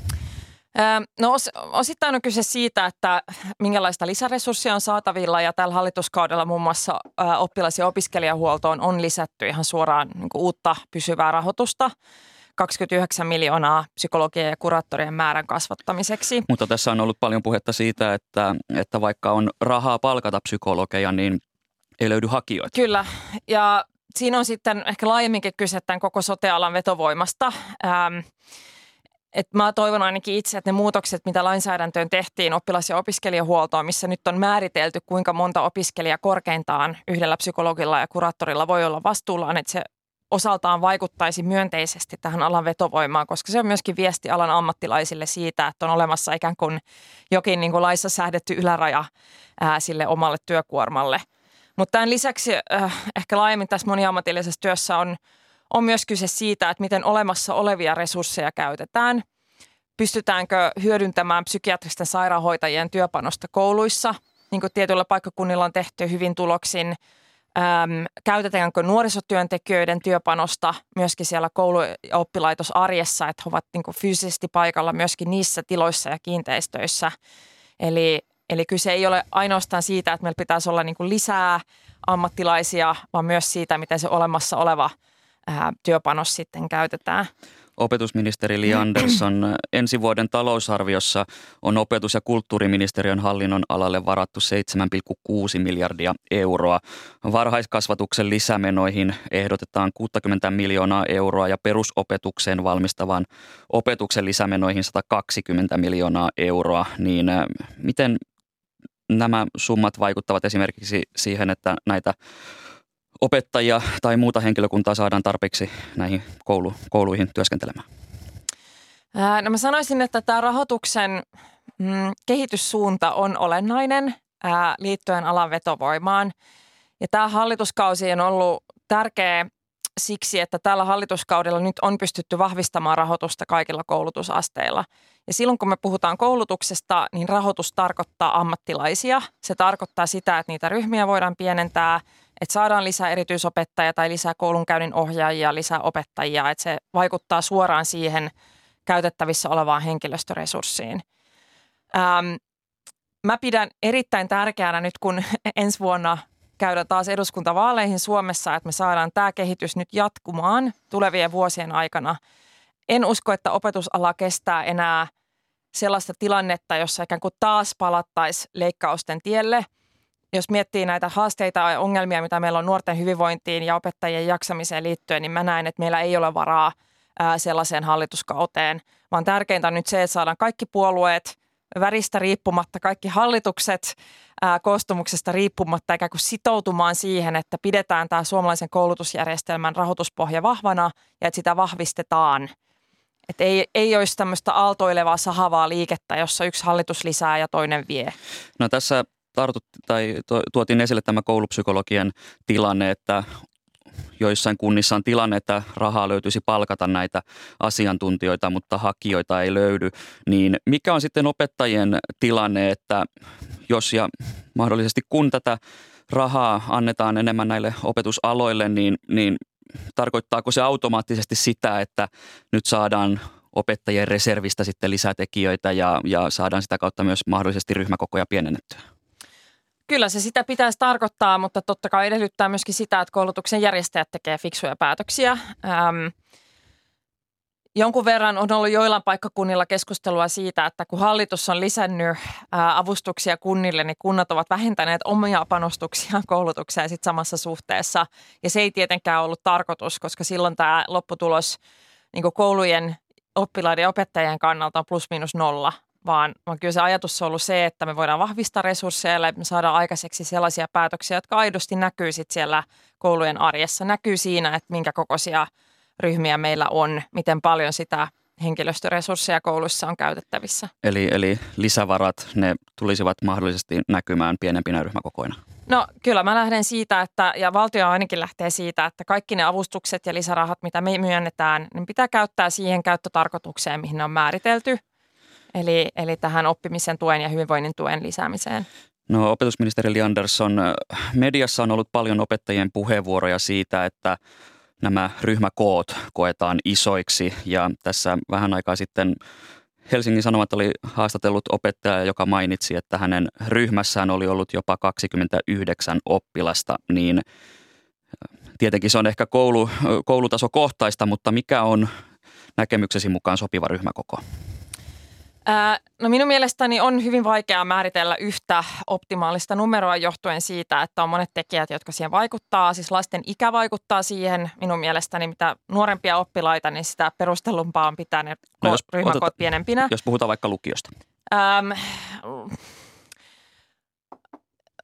No osittain on kyse siitä, että minkälaista lisäresurssia on saatavilla ja tällä hallituskaudella muun muassa oppilas- ja opiskelijahuoltoon on lisätty ihan suoraan niin kuin uutta pysyvää rahoitusta. 29 miljoonaa psykologien ja kuraattorien määrän kasvattamiseksi. Mutta tässä on ollut paljon puhetta siitä, että vaikka on rahaa palkata psykologeja, niin ei löydy hakijoita. Kyllä, ja siinä on sitten ehkä laajemminkin kyse tämän koko sote-alan vetovoimasta. Mä toivon ainakin itse, että ne muutokset, mitä lainsäädäntöön tehtiin oppilas- ja opiskelijahuoltoon, missä nyt on määritelty, kuinka monta opiskelijaa korkeintaan yhdellä psykologilla ja kuraattorilla voi olla vastuullaan, että se osaltaan vaikuttaisi myönteisesti tähän alan vetovoimaan, koska se on myöskin viesti alan ammattilaisille siitä, että on olemassa ikään kuin jokin niin kuin laissa säädetty yläraja sille omalle työkuormalle. Mutta tämän lisäksi ehkä laajemmin tässä moniammatillisessa työssä on myös kyse siitä, että miten olemassa olevia resursseja käytetään. Pystytäänkö hyödyntämään psykiatristen sairaanhoitajien työpanosta kouluissa, niin kuin tietyillä paikkakunnilla on tehty hyvin tuloksin. Käytetäänkö nuorisotyöntekijöiden työpanosta myöskin siellä koulu- ja oppilaitosarjessa, että he ovat niin kuin fyysisesti paikalla myöskin niissä tiloissa ja kiinteistöissä. Eli kyse ei ole ainoastaan siitä, että meillä pitäisi olla niin kuin lisää ammattilaisia, vaan myös siitä, miten se olemassa oleva työpanos sitten käytetään. Opetusministeri Li Andersson, ensi vuoden talousarviossa on opetus- ja kulttuuriministeriön hallinnon alalle varattu 7,6 miljardia euroa. Varhaiskasvatuksen lisämenoihin ehdotetaan 60 miljoonaa euroa ja perusopetukseen valmistavan opetuksen lisämenoihin 120 miljoonaa euroa. Niin miten nämä summat vaikuttavat esimerkiksi siihen, että näitä opettajia tai muuta henkilökuntaa saadaan tarpeeksi näihin kouluihin työskentelemään? No mä sanoisin, että tämä rahoituksen kehityssuunta on olennainen liittyen alan vetovoimaan. Ja tämä hallituskausi on ollut tärkeä siksi, että tällä hallituskaudella nyt on pystytty vahvistamaan rahoitusta kaikilla koulutusasteilla. Ja silloin kun me puhutaan koulutuksesta, niin rahoitus tarkoittaa ammattilaisia. Se tarkoittaa sitä, että niitä ryhmiä voidaan pienentää, että saadaan lisää erityisopettajia tai lisää koulunkäynnin ohjaajia, lisää opettajia. Että se vaikuttaa suoraan siihen käytettävissä olevaan henkilöstöresurssiin. Mä pidän erittäin tärkeänä nyt, kun ensi vuonna käydään taas eduskuntavaaleihin Suomessa, että me saadaan tämä kehitys nyt jatkumaan tulevien vuosien aikana. En usko, että opetusala kestää enää sellaista tilannetta, jossa ikään kuin taas palattaisiin leikkausten tielle. Jos miettii näitä haasteita ja ongelmia, mitä meillä on nuorten hyvinvointiin ja opettajien jaksamiseen liittyen, niin mä näen, että meillä ei ole varaa sellaiseen hallituskauteen, vaan tärkeintä on nyt se, että saadaan kaikki puolueet väristä riippumatta, kaikki hallitukset koostumuksesta riippumatta ikään kuin sitoutumaan siihen, että pidetään tämä suomalaisen koulutusjärjestelmän rahoituspohja vahvana ja että sitä vahvistetaan. Että ei olisi tämmöistä aaltoilevaa, sahavaa liikettä, jossa yksi hallitus lisää ja toinen vie. No tässä tuotiin esille tämä koulupsykologien tilanne, että joissain kunnissa on tilanne, että rahaa löytyisi palkata näitä asiantuntijoita, mutta hakijoita ei löydy. Niin mikä on sitten opettajien tilanne, että jos ja mahdollisesti kun tätä rahaa annetaan enemmän näille opetusaloille, niin tarkoittaako se automaattisesti sitä, että nyt saadaan opettajien reservistä sitten lisätekijöitä ja saadaan sitä kautta myös mahdollisesti ryhmäkokoja pienennettyä? Kyllä se sitä pitäisi tarkoittaa, mutta totta kai edellyttää myöskin sitä, että koulutuksen järjestäjät tekee fiksuja päätöksiä. Jonkun verran on ollut joillain paikkakunnilla keskustelua siitä, että kun hallitus on lisännyt avustuksia kunnille, niin kunnat ovat vähentäneet omia panostuksiaan koulutukseen sit samassa suhteessa. Ja se ei tietenkään ollut tarkoitus, koska silloin tämä lopputulos niin kuin koulujen, oppilaiden ja opettajien kannalta on +/- vaan kyllä se ajatus on ollut se, että me voidaan vahvistaa resursseja ja me saadaan aikaiseksi sellaisia päätöksiä, jotka aidosti näkyy sit siellä koulujen arjessa. Näkyy siinä, että minkä kokoisia ryhmiä meillä on, miten paljon sitä henkilöstöresursseja kouluissa on käytettävissä. Eli lisävarat, ne tulisivat mahdollisesti näkymään pienempinä ryhmäkokoina? No kyllä mä lähden siitä, ja valtio ainakin lähtee siitä, että kaikki ne avustukset ja lisärahat, mitä me myönnetään, niin pitää käyttää siihen käyttötarkoitukseen, mihin ne on määritelty. Eli tähän oppimisen tuen ja hyvinvoinnin tuen lisäämiseen. No opetusministeri Li Andersson, mediassa on ollut paljon opettajien puheenvuoroja siitä, että nämä ryhmäkoot koetaan isoiksi ja tässä vähän aikaa sitten Helsingin Sanomat oli haastatellut opettajaa, joka mainitsi, että hänen ryhmässään oli ollut jopa 29 oppilasta, niin tietenkin se on ehkä koulutasokohtaista, mutta mikä on näkemyksesi mukaan sopiva ryhmäkoko? No minun mielestäni on hyvin vaikeaa määritellä yhtä optimaalista numeroa johtuen siitä, että on monet tekijät, jotka siihen vaikuttaa. Siis lasten ikä vaikuttaa siihen. Minun mielestäni mitä nuorempia oppilaita, niin sitä perustellumpaa on pitää ne ryhmäkoot pienempinä. Jos puhutaan vaikka lukiosta.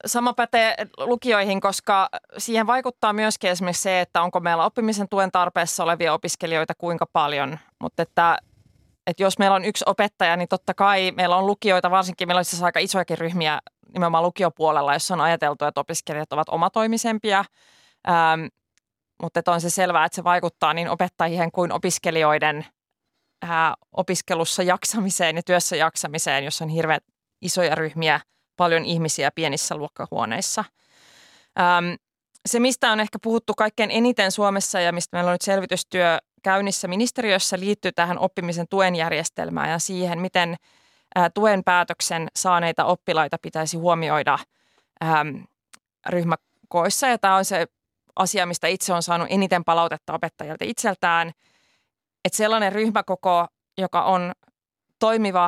sama pätee lukioihin, koska siihen vaikuttaa myöskin esimerkiksi se, että onko meillä oppimisen tuen tarpeessa olevia opiskelijoita kuinka paljon. Mutta että jos meillä on yksi opettaja, niin totta kai meillä on lukioita, varsinkin meillä on siis aika isojakin ryhmiä nimenomaan lukiopuolella, jossa on ajateltu, että opiskelijat ovat omatoimisempia. Mutta on se selvää, että se vaikuttaa niin opettajien kuin opiskelijoiden opiskelussa jaksamiseen ja työssä jaksamiseen, jos on hirveän isoja ryhmiä, paljon ihmisiä pienissä luokkahuoneissa. Se, mistä on ehkä puhuttu kaikkein eniten Suomessa ja mistä meillä on nyt selvitystyö käynnissä ministeriössä, liittyy tähän oppimisen tuen järjestelmään ja siihen, miten tuen päätöksen saaneita oppilaita pitäisi huomioida ryhmäkoissa. Ja tämä on se asia, mistä itse olen saanut eniten palautetta opettajilta itseltään, että sellainen ryhmäkoko, joka on toimiva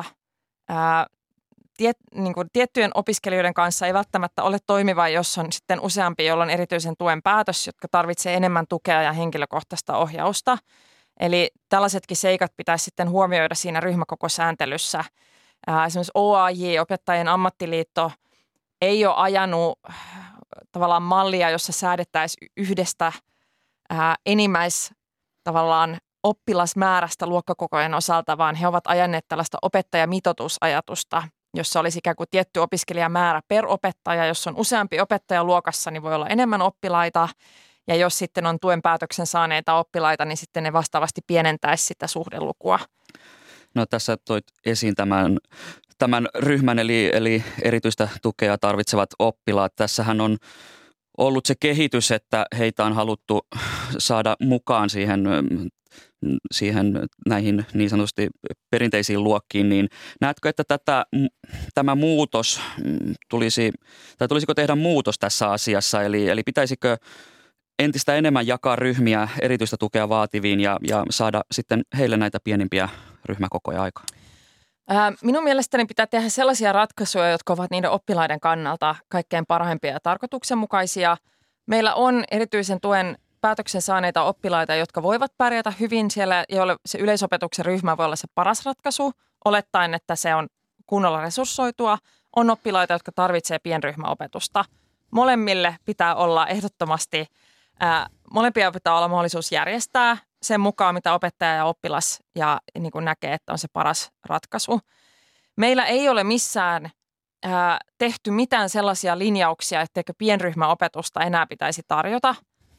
tiettyjen opiskelijoiden kanssa, ei välttämättä ole toimiva, jos on sitten useampi, jolla on erityisen tuen päätös, jotka tarvitsee enemmän tukea ja henkilökohtaista ohjausta. Eli tällaisetkin seikat pitäisi sitten huomioida siinä ryhmäkokosääntelyssä. Esimerkiksi OAJ, Opettajien ammattiliitto, ei ole ajanut tavallaan mallia, jossa säädettäisiin yhdestä tavallaan oppilasmäärästä luokkakokojen osalta, vaan he ovat ajanneet tällaista opettajamitoitusajatusta, jossa olisi ikään kuin tietty opiskelijamäärä per opettaja. Jos on useampi opettaja luokassa, niin voi olla enemmän oppilaita. Ja jos sitten on tuen päätöksen saaneita oppilaita, niin sitten ne vastaavasti pienentäisi sitä suhdelukua. No tässä toit esiin tämän ryhmän, eli erityistä tukea tarvitsevat oppilaat. Tässähän on ollut se kehitys, että heitä on haluttu saada mukaan siihen näihin niin sanotusti perinteisiin luokkiin, niin näetkö, että tämä muutos tulisiko tehdä muutos tässä asiassa, eli pitäisikö entistä enemmän jakaa ryhmiä erityistä tukea vaativiin ja saada sitten heille näitä pienimpiä ryhmäkokoja aikaan? Minun mielestäni pitää tehdä sellaisia ratkaisuja, jotka ovat niiden oppilaiden kannalta kaikkein parhaimpia ja tarkoituksenmukaisia. Meillä on erityisen tuen päätöksen saaneita oppilaita, jotka voivat pärjätä hyvin siellä, joille se yleisopetuksen ryhmä voi olla se paras ratkaisu, olettaen, että se on kunnolla resurssoitua. On oppilaita, jotka tarvitsevat pienryhmäopetusta. Molemmille pitää olla ehdottomasti, molempia pitää olla mahdollisuus järjestää sen mukaan, mitä opettaja ja oppilas ja niin kuin näkee, että on se paras ratkaisu. Meillä ei ole missään tehty mitään sellaisia linjauksia, etteikö pienryhmäopetusta enää pitäisi tarjota.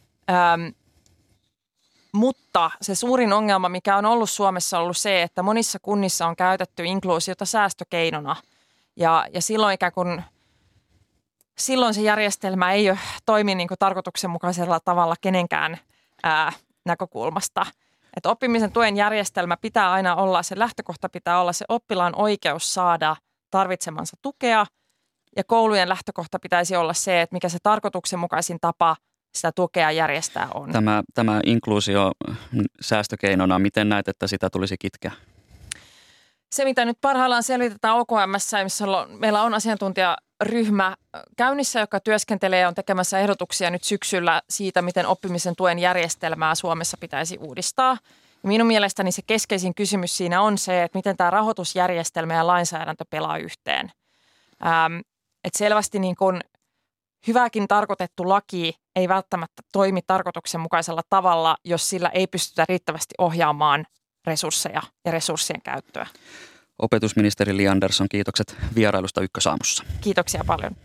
Mutta se suurin ongelma, mikä on ollut Suomessa, on ollut se, että monissa kunnissa on käytetty inkluusiota säästökeinona. Ja silloin ikään kuin silloin se järjestelmä ei toimi niin kuin tarkoituksenmukaisella tavalla kenenkään näkökulmasta. Että oppimisen tuen järjestelmä pitää aina olla, se lähtökohta pitää olla se oppilaan oikeus saada tarvitsemansa tukea. Ja koulujen lähtökohta pitäisi olla se, että mikä se tarkoituksenmukaisin tapa sitä tukea järjestää on. Tämä inkluusio säästökeinona, miten näet, että sitä tulisi kitkeä? Se, mitä nyt parhaillaan selvitetään OKM:ssä, missä meillä on asiantuntijaryhmä käynnissä, joka työskentelee ja on tekemässä ehdotuksia nyt syksyllä siitä, miten oppimisen tuen järjestelmää Suomessa pitäisi uudistaa. Ja minun mielestäni se keskeisin kysymys siinä on se, että miten tämä rahoitusjärjestelmä ja lainsäädäntö pelaa yhteen. Että selvästi niin kuin hyväkin tarkoitettu laki ei välttämättä toimi tarkoituksenmukaisella tavalla, jos sillä ei pystytä riittävästi ohjaamaan resursseja ja resurssien käyttöä. Opetusministeri Li Andersson, kiitokset vierailusta Ykkösaamussa. Kiitoksia paljon.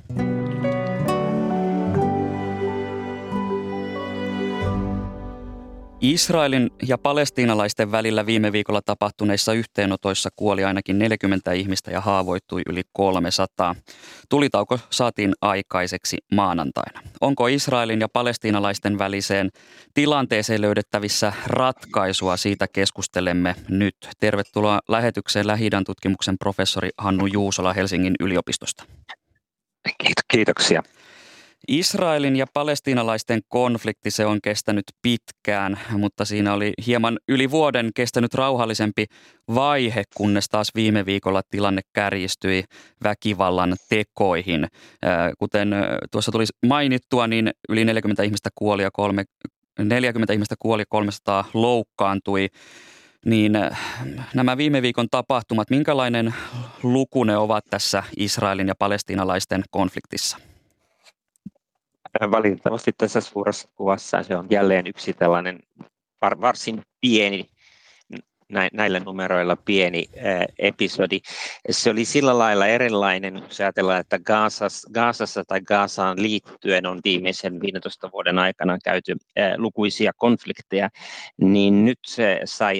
Israelin ja palestiinalaisten välillä viime viikolla tapahtuneissa yhteenotoissa kuoli ainakin 40 ihmistä ja haavoittui yli 300. Tulitauko saatiin aikaiseksi maanantaina. Onko Israelin ja palestiinalaisten väliseen tilanteeseen löydettävissä ratkaisua? Siitä keskustelemme nyt. Tervetuloa lähetykseen Lähi-idän tutkimuksen professori Hannu Juusola Helsingin yliopistosta. Kiitoksia. Israelin ja palestiinalaisten konflikti, se on kestänyt pitkään, mutta siinä oli hieman yli vuoden kestänyt rauhallisempi vaihe, kunnes taas viime viikolla tilanne kärjistyi väkivallan tekoihin. Kuten tuossa tuli mainittua, niin yli 40 ihmistä kuoli ja 300 loukkaantui. niin nämä viime viikon tapahtumat, minkälainen luku ne ovat tässä Israelin ja palestiinalaisten konfliktissa? Valitettavasti tässä suuressa kuvassa se on jälleen yksi tällainen varsin pieni, näillä numeroilla pieni episodi. Se oli sillä lailla erilainen, jos ajatellaan, että Gazassa tai Gazaan liittyen on viimeisen 15 vuoden aikana käyty lukuisia konflikteja, niin nyt se sai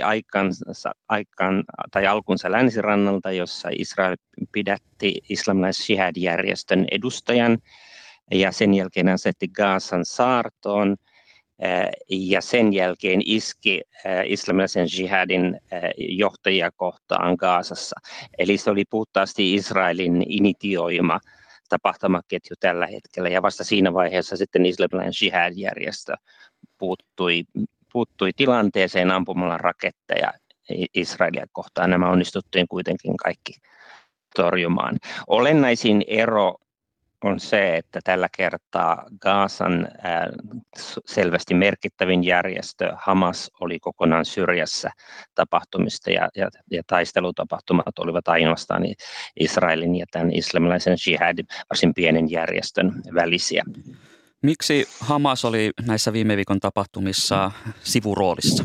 alkunsa länsirannalta, jossa Israel pidätti islamilais-jihad-järjestön edustajan, ja sen jälkeen asetti Gazan saartoon, ja sen jälkeen iski islamilaisen jihadin johtajia kohtaan Gazassa. Eli se oli puhtaasti Israelin initioima tapahtumaketju tällä hetkellä, ja vasta siinä vaiheessa sitten islamilainen jihad-järjestö puuttui tilanteeseen ampumalla raketteja Israelia kohtaan. Nämä onnistuttiin kuitenkin kaikki torjumaan. Olennaisin ero on se, että tällä kertaa Gazan selvästi merkittävin järjestö Hamas oli kokonaan syrjässä tapahtumista, ja taistelutapahtumat olivat ainoastaan Israelin ja tämän islamilaisen jihadin varsin pienen järjestön välisiä. Miksi Hamas oli näissä viime viikon tapahtumissa sivuroolissa?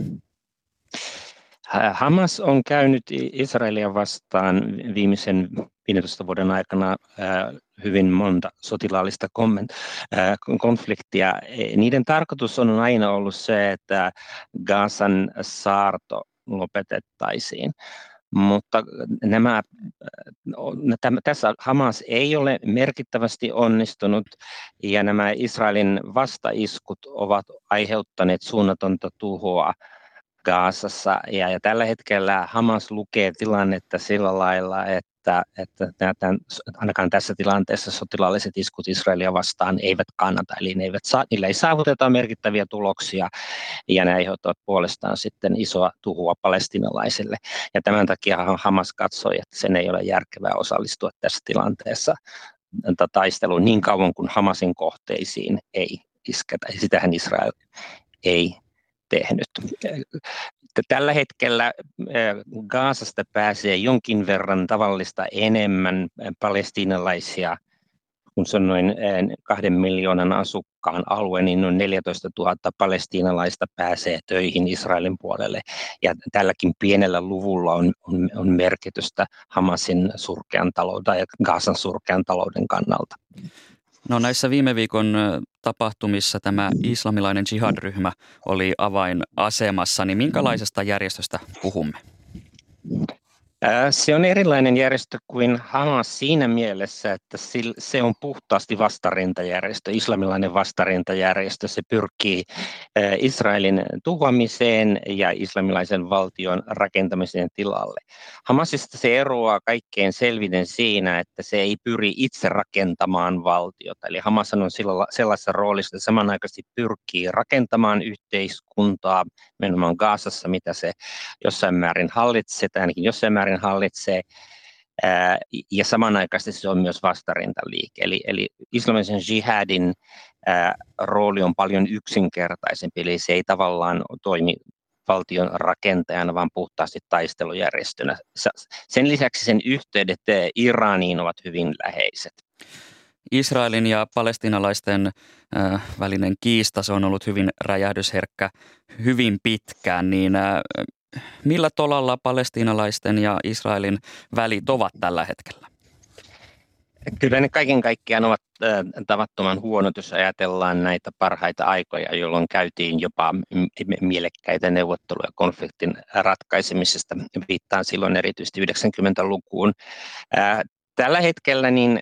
Hamas on käynyt Israelia vastaan viimeisen 15 vuoden aikana hyvin monta sotilaallista konfliktia. Niiden tarkoitus on aina ollut se, että Gazan saarto lopetettaisiin. Mutta tässä Hamas ei ole merkittävästi onnistunut, ja nämä Israelin vastaiskut ovat aiheuttaneet suunnatonta tuhoa Gazassa, ja tällä hetkellä Hamas lukee tilannetta sillä lailla, että ainakaan tässä tilanteessa sotilaalliset iskut Israelia vastaan eivät kannata, eli niillä ei saavuteta merkittäviä tuloksia, ja ne aiheuttavat puolestaan sitten isoa tuhoa palestiinalaisille. Ja tämän takia Hamas katsoi, että sen ei ole järkevää osallistua tässä tilanteessa taisteluun niin kauan kuin Hamasin kohteisiin ei isketä. Sitähän Israel ei tehnyt. Tällä hetkellä Gazasta pääsee jonkin verran tavallista enemmän palestiinalaisia, kun se on noin 2 miljoonan asukkaan alue, niin noin 14 000 palestiinalaista pääsee töihin Israelin puolelle. Ja tälläkin pienellä luvulla on merkitystä Hamasin surkean talouden ja Gazan surkean talouden kannalta. No näissä viime viikon tapahtumissa tämä islamilainen jihad-ryhmä oli avainasemassa, niin minkälaisesta järjestöstä puhumme? Se on erilainen järjestö kuin Hamas siinä mielessä, että se on puhtaasti vastarintajärjestö, islamilainen vastarintajärjestö. Se pyrkii Israelin tuhoamiseen ja islamilaisen valtion rakentamiseen tilalle. Hamasista se eroaa kaikkein selviten siinä, että se ei pyri itse rakentamaan valtiota. Eli Hamas on sellaisessa roolissa, että samanaikaisesti pyrkii rakentamaan yhteiskuntaa, nimenomaan Gazassa, mitä se jossain määrin hallitsee, tai ainakin jossain määrin hallitsee, ja samanaikaisesti se on myös vastarintaliike. Eli islamisen jihadin rooli on paljon yksinkertaisempi, eli se ei tavallaan toimi valtion rakentajana, vaan puhtaasti taistelujärjestönä. Sen lisäksi sen yhteydet Iraniin ovat hyvin läheiset. Israelin ja palestiinalaisten välinen kiista, se on ollut hyvin räjähdysherkkä hyvin pitkään, niin millä tolalla palestiinalaisten ja Israelin välit ovat tällä hetkellä? Kyllä ne kaiken kaikkiaan ovat tavattoman huonot, jos ajatellaan näitä parhaita aikoja, jolloin käytiin jopa mielekkäitä neuvotteluja konfliktin ratkaisemisesta. Viittaan silloin erityisesti 90-lukuun. Tällä hetkellä niin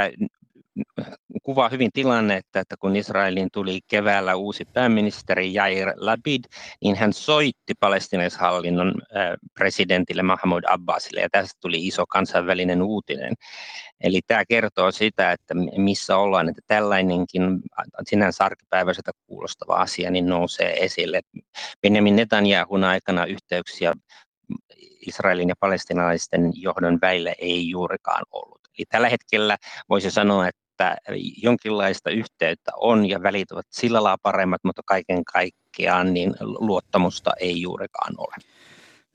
kuvaa hyvin tilanne, että kun Israeliin tuli keväällä uusi pääministeri Yair Lapid, niin hän soitti palestiinalaishallinnon presidentille Mahmoud Abbasille, ja tästä tuli iso kansainvälinen uutinen. Eli tämä kertoo sitä, että missä ollaan, että tällainenkin sinänsä arkipäiväiseltä kuulostava asia niin nousee esille. Benjamin Netanyahun aikana yhteyksiä Israelin ja palestiinalaisten johdon välillä ei juurikaan ollut. Eli tällä hetkellä voisi sanoa, että jonkinlaista yhteyttä on ja välit ovat sillä lailla paremmat, mutta kaiken kaikkiaan niin luottamusta ei juurikaan ole.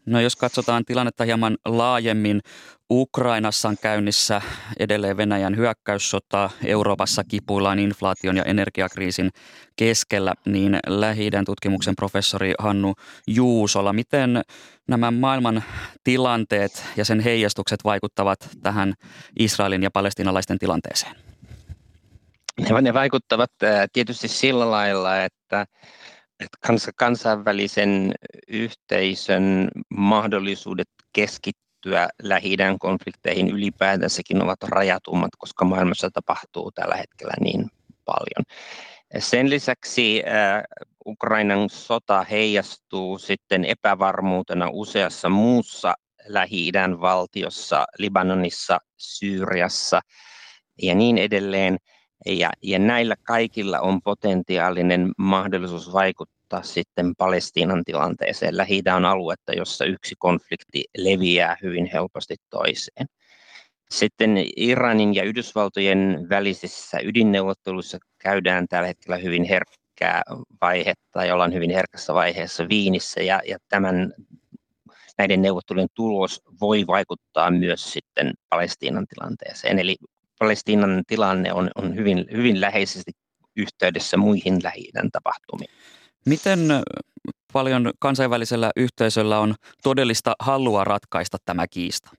No jos katsotaan tilannetta hieman laajemmin, Ukrainassa on käynnissä edelleen Venäjän hyökkäyssota, Euroopassa kipuillaan inflaation ja energiakriisin keskellä, niin Lähi-idän tutkimuksen professori Hannu Juusola, miten nämä maailman tilanteet ja sen heijastukset vaikuttavat tähän Israelin ja palestiinalaisten tilanteeseen? Ne vaikuttavat tietysti sillä lailla, että kansainvälisen yhteisön mahdollisuudet keskittyä Lähi-idän konflikteihin ylipäätänsäkin ovat rajatummat, koska maailmassa tapahtuu tällä hetkellä niin paljon. Sen lisäksi Ukrainan sota heijastuu sitten epävarmuutena useassa muussa Lähi-idän valtiossa, Libanonissa, Syyriassa ja niin edelleen. Ja näillä kaikilla on potentiaalinen mahdollisuus vaikuttaa sitten Palestiinan tilanteeseen. Lähi-itä on aluetta, jossa yksi konflikti leviää hyvin helposti toiseen. Sitten Iranin ja Yhdysvaltojen välisissä ydinneuvotteluissa käydään tällä hetkellä hyvin herkkää vaihetta ja ollaan hyvin herkässä vaiheessa Wienissä ja näiden neuvottelujen tulos voi vaikuttaa myös sitten Palestiinan tilanteeseen. Eli Palestiinan tilanne on hyvin, hyvin läheisesti yhteydessä muihin Lähi-idän tapahtumiin. Miten paljon kansainvälisellä yhteisöllä on todellista halua ratkaista tämä kiista?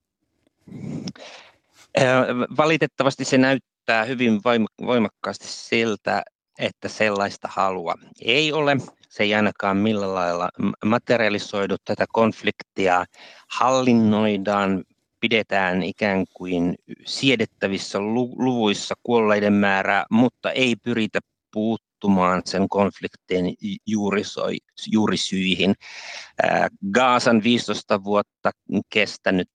Valitettavasti se näyttää hyvin voimakkaasti siltä, että sellaista halua ei ole. Se ei ainakaan millään lailla materialisoidu. Tätä konfliktia hallinnoidaan, pidetään ikään kuin siedettävissä luvuissa kuolleiden määrää, mutta ei pyritä puuttumaan sen konfliktin juurisyihin. Gazan 15 vuotta kestänyt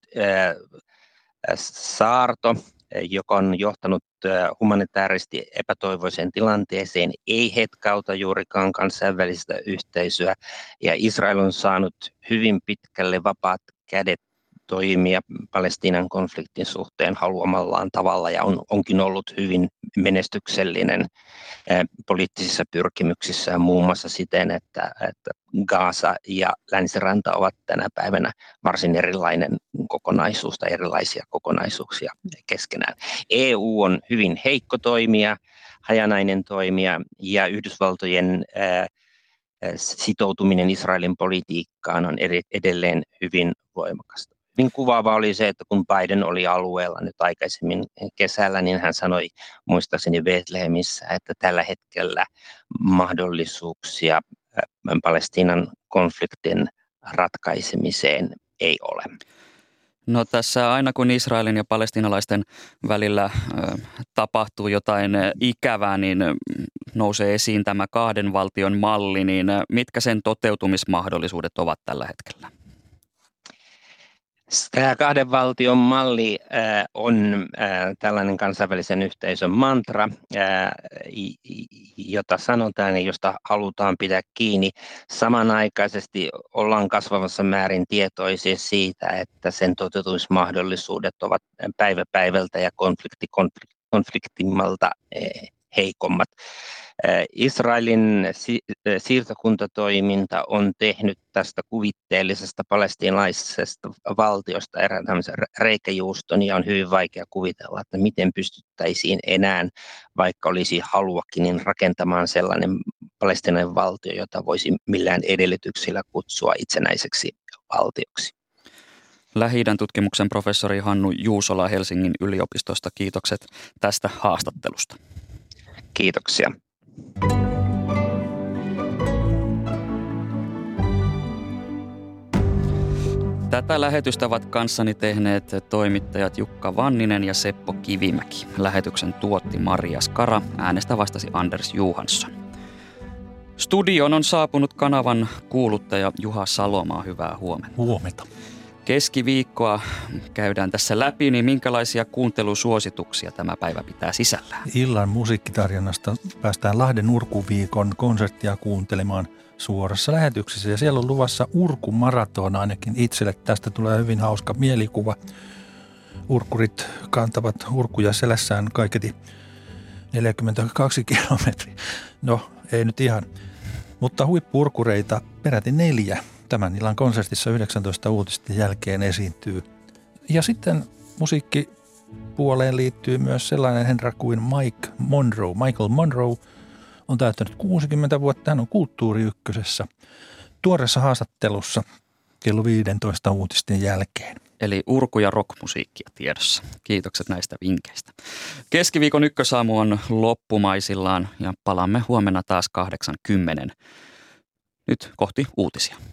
saarto, joka on johtanut humanitaarisesti epätoivoiseen tilanteeseen, ei hetkauta juurikaan kansainvälistä yhteisöä, ja Israel on saanut hyvin pitkälle vapaat kädet toimia Palestiinan konfliktin suhteen haluamallaan tavalla ja onkin ollut hyvin menestyksellinen poliittisissa pyrkimyksissään muun muassa siten, että Gaza ja Länsiranta ovat tänä päivänä varsin erilainen kokonaisuus tai erilaisia kokonaisuuksia keskenään. EU on hyvin heikko toimija, hajanainen toimija ja Yhdysvaltojen sitoutuminen Israelin politiikkaan on edelleen hyvin voimakasta. Hyvin kuvaava oli se, että kun Biden oli alueella nyt aikaisemmin kesällä, niin hän sanoi muistaakseni Betlehemissä, että tällä hetkellä mahdollisuuksia Palestiinan konfliktin ratkaisemiseen ei ole. No tässä aina kun Israelin ja palestiinalaisten välillä tapahtuu jotain ikävää, niin nousee esiin tämä kahden valtion malli, niin mitkä sen toteutumismahdollisuudet ovat tällä hetkellä? Tämä kahden valtion malli on tällainen kansainvälisen yhteisön mantra, jota sanotaan ja josta halutaan pitää kiinni. Samanaikaisesti ollaan kasvavassa määrin tietoisia siitä, että sen toteutumismahdollisuudet ovat päivä päivältä ja konfliktimmalta heikommat. Israelin siirtokuntatoiminta on tehnyt tästä kuvitteellisesta palestiinalaisesta valtiosta erään tämmöisen reikäjuuston ja on hyvin vaikea kuvitella, että miten pystyttäisiin enää, vaikka olisi haluakin, niin rakentamaan sellainen palestiinalainen valtio, jota voisi millään edellytyksillä kutsua itsenäiseksi valtioksi. Lähi-idän tutkimuksen professori Hannu Juusola Helsingin yliopistosta. Kiitokset tästä haastattelusta. Kiitoksia. Tätä lähetystä ovat kanssani tehneet toimittajat Jukka Vanninen ja Seppo Kivimäki. Lähetyksen tuotti Maria Skara, äänestä vastasi Anders Johansson. Studioon on saapunut kanavan kuuluttaja Juha Salomaa. Hyvää huomenta. Huomenta. Keskiviikkoa käydään tässä läpi, niin minkälaisia kuuntelusuosituksia tämä päivä pitää sisällään? Illan musiikkitarjonnasta päästään Lahden Urkuviikon konserttia kuuntelemaan suorassa lähetyksessä. Ja siellä on luvassa urkumaraton ainakin itselle. Tästä tulee hyvin hauska mielikuva. Urkkurit kantavat urkkuja selässään kaiketi 42 kilometriä. No, ei nyt ihan. Mutta huippu-urkureita peräti 4 tämän illan konsertissa 19 uutisten jälkeen esiintyy. Ja sitten musiikkipuoleen liittyy myös sellainen herra kuin Michael Monroe on täyttänyt 60 vuotta. Hän on Kulttuuri Ykkösessä tuoreessa haastattelussa kello 15 uutisten jälkeen. Eli urku- ja rockmusiikkia tiedossa. Kiitokset näistä vinkkeistä. Keskiviikon ykkösaamu on loppumaisillaan ja palaamme huomenna taas 8:10. Nyt kohti uutisia.